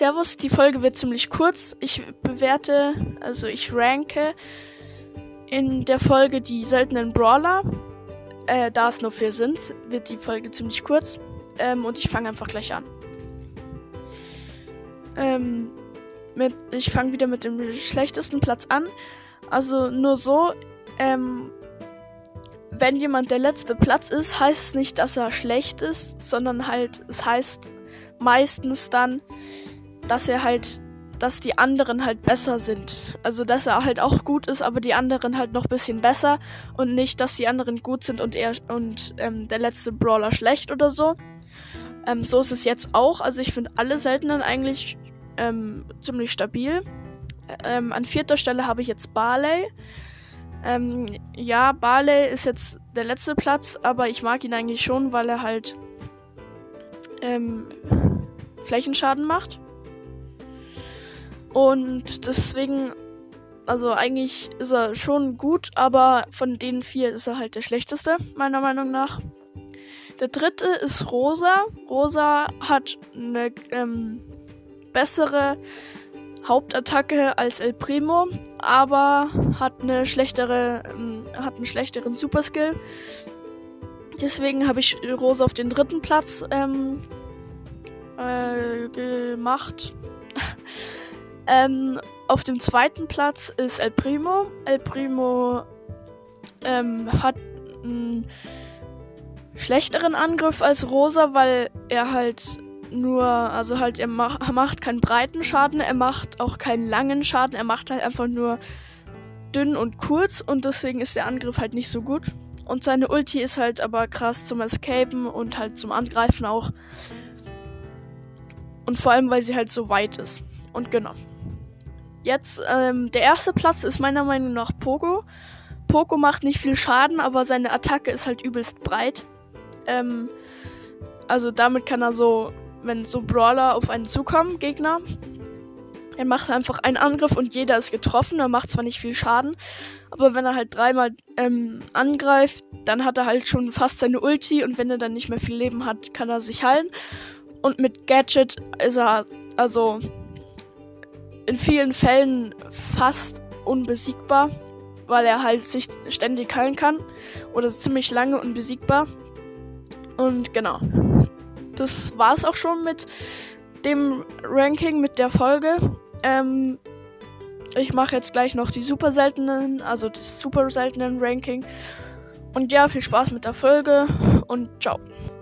Servus, die Folge wird ziemlich kurz. Ich ranke in der Folge die seltenen Brawler. Da es nur 4 sind, wird die Folge ziemlich kurz. Und ich fange einfach gleich an. Ich fange wieder mit dem schlechtesten Platz an. Also nur so, wenn jemand der letzte Platz ist, heißt es nicht, dass er schlecht ist, sondern halt, es heißt meistens dann, dass die anderen halt besser sind. Also, dass er halt auch gut ist, aber die anderen halt noch ein bisschen besser und nicht, dass die anderen gut sind und der letzte Brawler schlecht oder so. So ist es jetzt auch. Also, ich finde alle Seltenen eigentlich ziemlich stabil. An 4. Stelle habe ich jetzt Barley. Barley ist jetzt der letzte Platz, aber ich mag ihn eigentlich schon, weil er halt Flächenschaden macht. Und deswegen, also eigentlich ist er schon gut, aber von den 4 ist er halt der schlechteste, meiner Meinung nach. Der 3. ist Rosa. Rosa hat eine bessere Hauptattacke als El Primo, aber hat einen schlechteren Superskill. Deswegen habe ich Rosa auf den 3. Platz gemacht. Auf dem 2. Platz ist El Primo. El Primo hat einen schlechteren Angriff als Rosa, weil er halt er macht keinen breiten Schaden, er macht auch keinen langen Schaden, er macht halt einfach nur dünn und kurz und deswegen ist der Angriff halt nicht so gut. Und seine Ulti ist halt aber krass zum Escapen und halt zum Angreifen auch. Und vor allem, weil sie halt so weit ist. Und genau. Jetzt, der 1. Platz ist meiner Meinung nach Poco. Poco macht nicht viel Schaden, aber seine Attacke ist halt übelst breit. Also damit kann er so, wenn so Brawler auf einen zukommen, Gegner, er macht einfach einen Angriff und jeder ist getroffen. Er macht zwar nicht viel Schaden, aber wenn er halt 3-mal angreift, dann hat er halt schon fast seine Ulti und wenn er dann nicht mehr viel Leben hat, kann er sich heilen. Und mit Gadget ist er also in vielen Fällen fast unbesiegbar, weil er halt sich ständig heilen kann oder ziemlich lange unbesiegbar. Und genau, das war's auch schon mit dem Ranking, mit der Folge. Ich mache jetzt gleich noch die super seltenen Ranking. Und ja, viel Spaß mit der Folge und ciao.